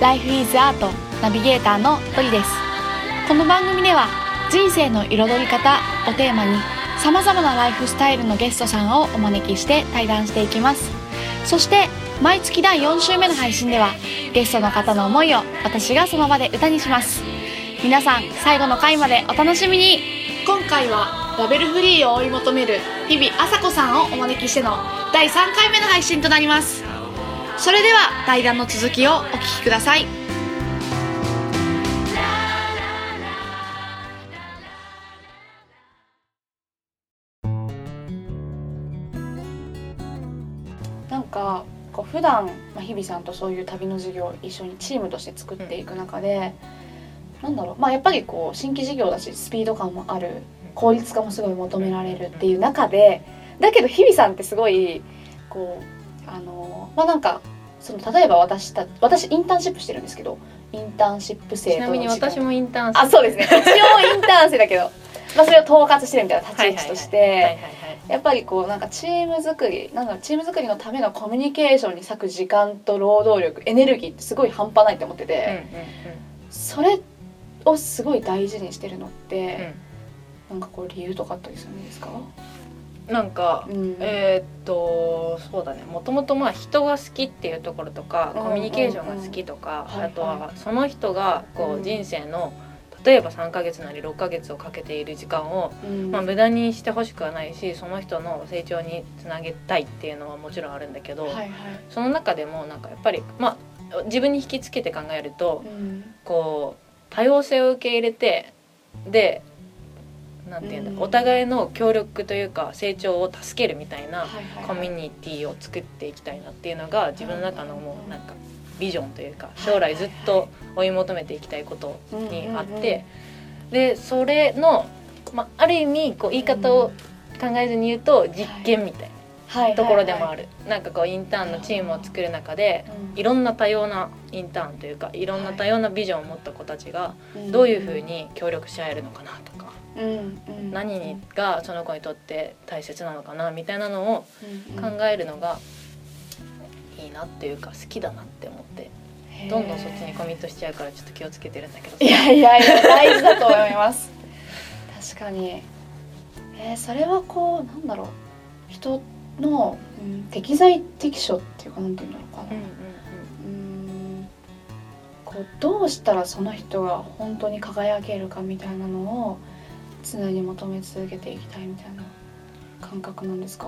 Life is Art ナビゲーターのトリです。この番組では人生の彩り方をテーマに様々なライフスタイルのゲストさんをお招きして対談していきます。そして毎月第4週目の配信ではゲストの方の思いを私がその場で歌にします。皆さん最後の回までお楽しみに。今回はラベルフリーを追い求める日々あさこさんをお招きしての第3回目の配信となります。それでは対談の続きをお聞きください。なんかこう普段、日々さんとそういう旅の事業を一緒にチームとして作っていく中で、なんだろう、やっぱりこう新規事業だしスピード感もある、効率化もすごい求められるっていう中で、だけど日々さんってすごいこうなんかその例えば私インターンシップしてるんですけど、インターンシップ生とのちなみに私もインターン生。 そうですね、一応インターン生だけどそれを統括してるみたいな立ち位置としてやっぱりこうなんかチーム作りのためのコミュニケーションに割く時間と労働力、エネルギーってすごい半端ないと思ってて、それをすごい大事にしてるのって、なんかこう理由とかあったりするんですか？ なんか、そうだね、もともと人が好きっていうところとか、コミュニケーションが好きとか、あとはその人がこう人生の例えば3ヶ月なり6ヶ月をかけている時間を、無駄にしてほしくはないし、その人の成長につなげたいっていうのはもちろんあるんだけど、その中でもなんかやっぱり自分に引きつけて考えると、こう多様性を受け入れて、でなんていうんだ、お互いの協力というか成長を助けるみたいなコミュニティを作っていきたいなっていうのが自分の中のもうなんかビジョンというか、将来ずっと追い求めていきたいことにあって、でそれの、ある意味こう言い方を考えずに言うと実験みたいなところでもある。なんかこうインターンのチームを作る中で、いろんな多様なインターンというか、いろんな多様なビジョンを持った子たちがどういうふうに協力し合えるのかなとか、何がその子にとって大切なのかなみたいなのを考えるのがいいなっていうか、好きだなって思って、どんどんそっちにコミットしちゃうからちょっと気をつけてるんだけど。 いや大事だと思います確かに。それはこうなんだろう、人の、適材適所っていうか、なんていうんだろうかな、こうどうしたらその人が本当に輝けるかみたいなのを常に求め続けていきたいみたいな感覚なんですか？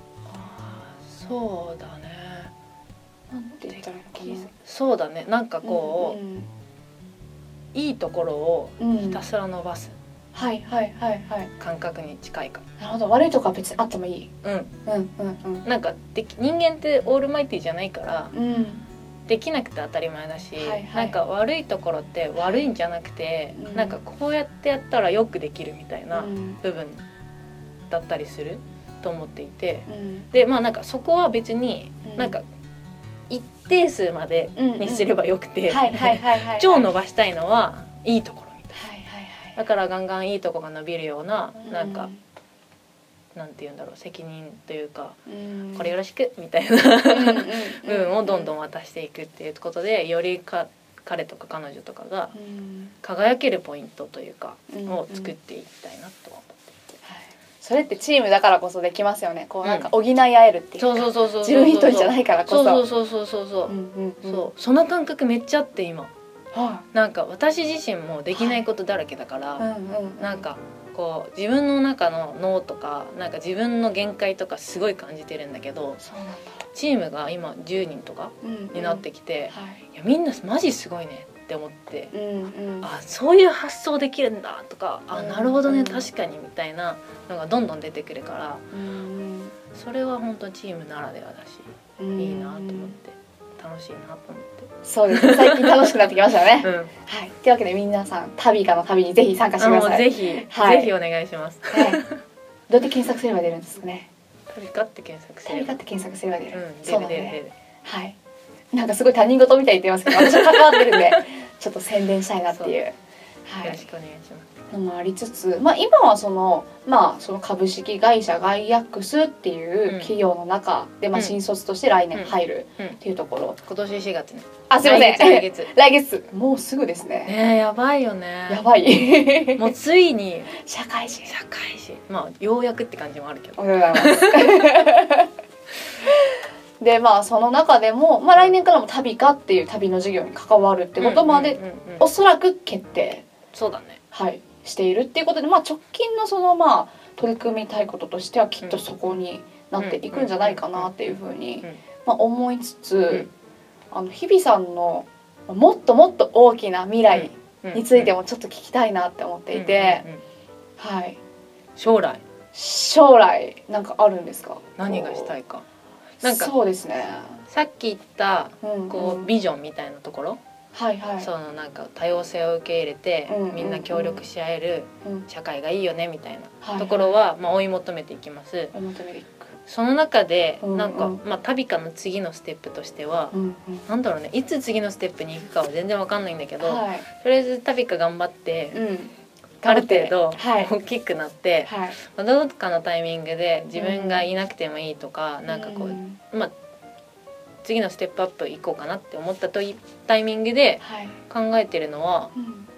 そうだね。 なんて言ったらいいのかな。 そうだね。なんかこう、いいところをひたすら伸ばす。感覚に近いか。 なるほど。悪いとこは別にあってもいい。 なんか人間ってオールマイティじゃないから。できなくて当たり前だし、なんか悪いところって悪いんじゃなくて、なんかこうやってやったらよくできるみたいな部分だったりすると思っていて、でなんかそこは別になんか一定数までにすればよくて、超伸ばしたいのはいいところみたいな。だからガンガンいいとこが伸びるような、なんかなんていうんだろう、責任というか、これよろしくみたいな部分をどんどん渡していくっていうことで、より彼とか彼女とかが輝けるポイントというかを作っていきたいなと思っていて、 それってチームだからこそできますよね。こうなんか補い合えるっていうか、自分一人じゃないからこそ。 その感覚めっちゃあって今、なんか私自身もできないことだらけだから、なんかこう自分の中の脳とか、なんか自分の限界とかすごい感じてるんだけど、チームが今10人とかになってきて、いやみんなマジすごいねって思って、そういう発想できるんだとか、なるほどね、確かにみたいなのがどんどん出てくるから、それは本当にチームならではだし、いいなと思って、楽しいなと思って。 そうですね、最近楽しくなってきましたね。というわけで皆さん、旅かの旅にぜひ参加してください。 ぜひお願いします。 どうやって検索すれば出るんですかね？ 旅かって検索すれば出る。そうだね。なんかすごい他人事みたいに言ってますけど、私は関わってるんでちょっと宣伝したいなっていうよろしくお願いします。 のもありつつ、今はその株式会社ガイアックスっていう企業の中で、新卒として来年入るっていうところ、 今年4月ね。 あ、すいません、来月もうすぐですね。 やばいよね。 やばいもうついに社会人、 ようやくって感じもあるけど。 おはようございますでその中でも、来年からも旅かっていう旅の事業に関わるってことまでおそらく決定、 そうだね、 しているっていうことで、直近のその取り組みたいこととしてはきっとそこになっていくんじゃないかなっていうふうに思いつつ、日々さんのもっともっと大きな未来についてもちょっと聞きたいなって思っていて、将来なんかあるんですか？ 何がしたいか。 そうですね、 さっき言ったビジョンみたいなところ、その多様性を受け入れてみんな協力し合える社会がいいよねみたいなところは追い求めていきます。その中で旅かの次のステップとしては、なんだろうね、いつ次のステップに行くかは全然わかんないんだけど、とりあえず旅か頑張って、ある程度大きくなって、どっかのタイミングで自分がいなくてもいいとか、次のステップアップ行こうかなって思ったタイミングで考えてるのは、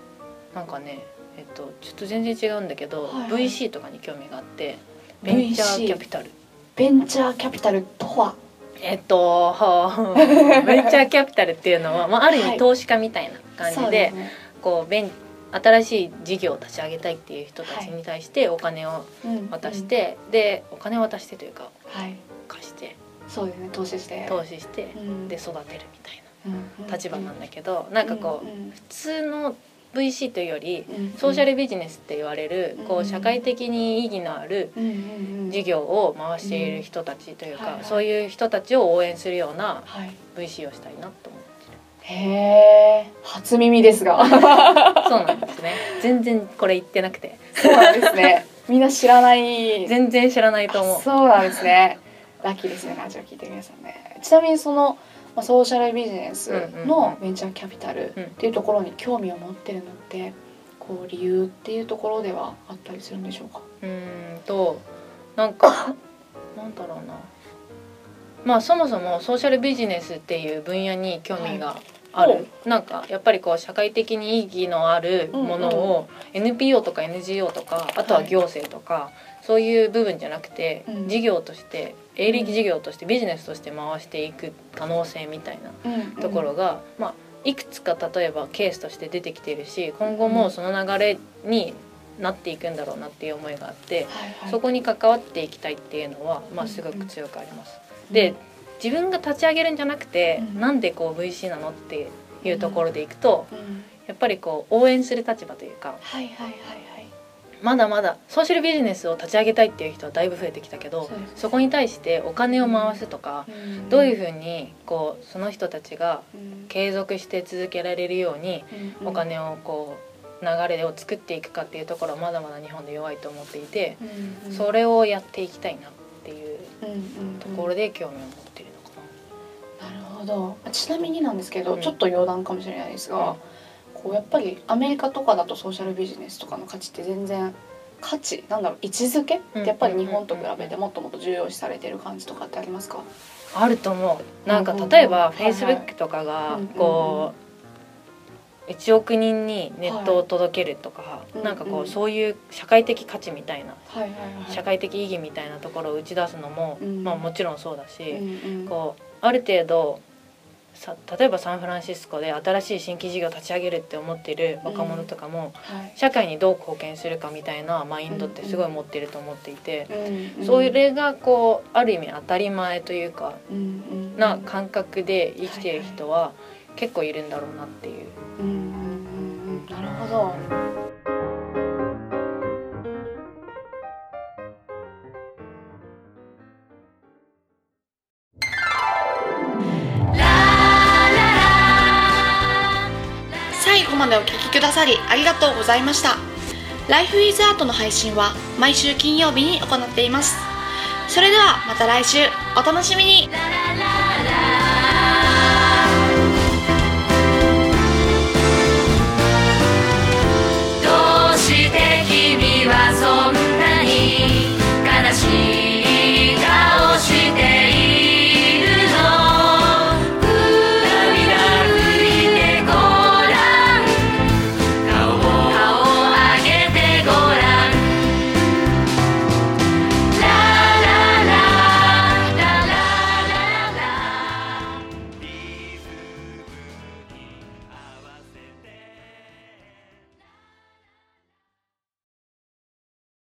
ちょっと全然違うんだけど、VC とかに興味があって、ベンチャーキャピタル。 ベンチャーキャピタルとはベンチャーキャピタルっていうのは、ある意味投資家みたいな感じで、新しい事業を立ち上げたいっていう人たちに対してお金を渡して、でお金を渡してというか、貸して、 そうですね、投資して、 で育てるみたいな立場なんだけど、普通の VC というよりソーシャルビジネスって言われる社会的に意義のある事業を回している人たちというか、そういう人たちを応援するような VC をしたいなと思ってる。 へー、初耳ですがそうなんですね。全然これ言ってなくて。 そうなんですね。みんな知らない。 全然知らないと思う。 そうなんですね。ラッキーですね、ラジオ聞いてる皆さんね。ちなみにそのソーシャルビジネスのベンチャーキャピタルっていうところに興味を持ってるのって理由っていうところではあったりするんでしょうか？ なんだろうな、そもそもソーシャルビジネスっていう分野に興味がある、やっぱり社会的に意義のあるものを NPO とか NGO とか、あとは行政とか、そういう部分じゃなくて、事業として営利事業としてビジネスとして回していく可能性みたいなところが、いくつか例えばケースとして出てきているし、今後もその流れになっていくんだろうなっていう思いがあって、そこに関わっていきたいっていうのはすごく強くあります。で、自分が立ち上げるんじゃなくて、なんでVC なのっていうところでいくと、やっぱり応援する立場というか、まだまだソーシャルビジネスを立ち上げたいっていう人はだいぶ増えてきたけど、そこに対してお金を回すとか、どういうふうにその人たちが継続して続けられるようにお金を流れを作っていくかっていうところはまだまだ日本で弱いと思っていて、それをやっていきたいなっていうところで興味を持っているのかな。なるほど。ちなみになんですけど、ちょっと余談かもしれないですが、やっぱりアメリカとかだとソーシャルビジネスとかの価値って全然位置づけってやっぱり日本と比べてもっともっと重要視されてる感じとかってありますか？ あると思う。例えば Facebook とかが1億人にネットを届けるとか、そういう社会的価値みたいな、社会的意義みたいなところを打ち出すのも、もちろんそうだし、ある程度例えばサンフランシスコで新しい新規事業を立ち上げるって思っている若者とかも、社会にどう貢献するかみたいなマインドってすごい持っていると思っていて、それがある意味当たり前というかな感覚で生きている人は結構いるんだろうなっていう。 なるほど。最後までお聞きくださりありがとうございました。Life is Art の配信は毎週金曜日に行っています。それではまた来週お楽しみに。 はそう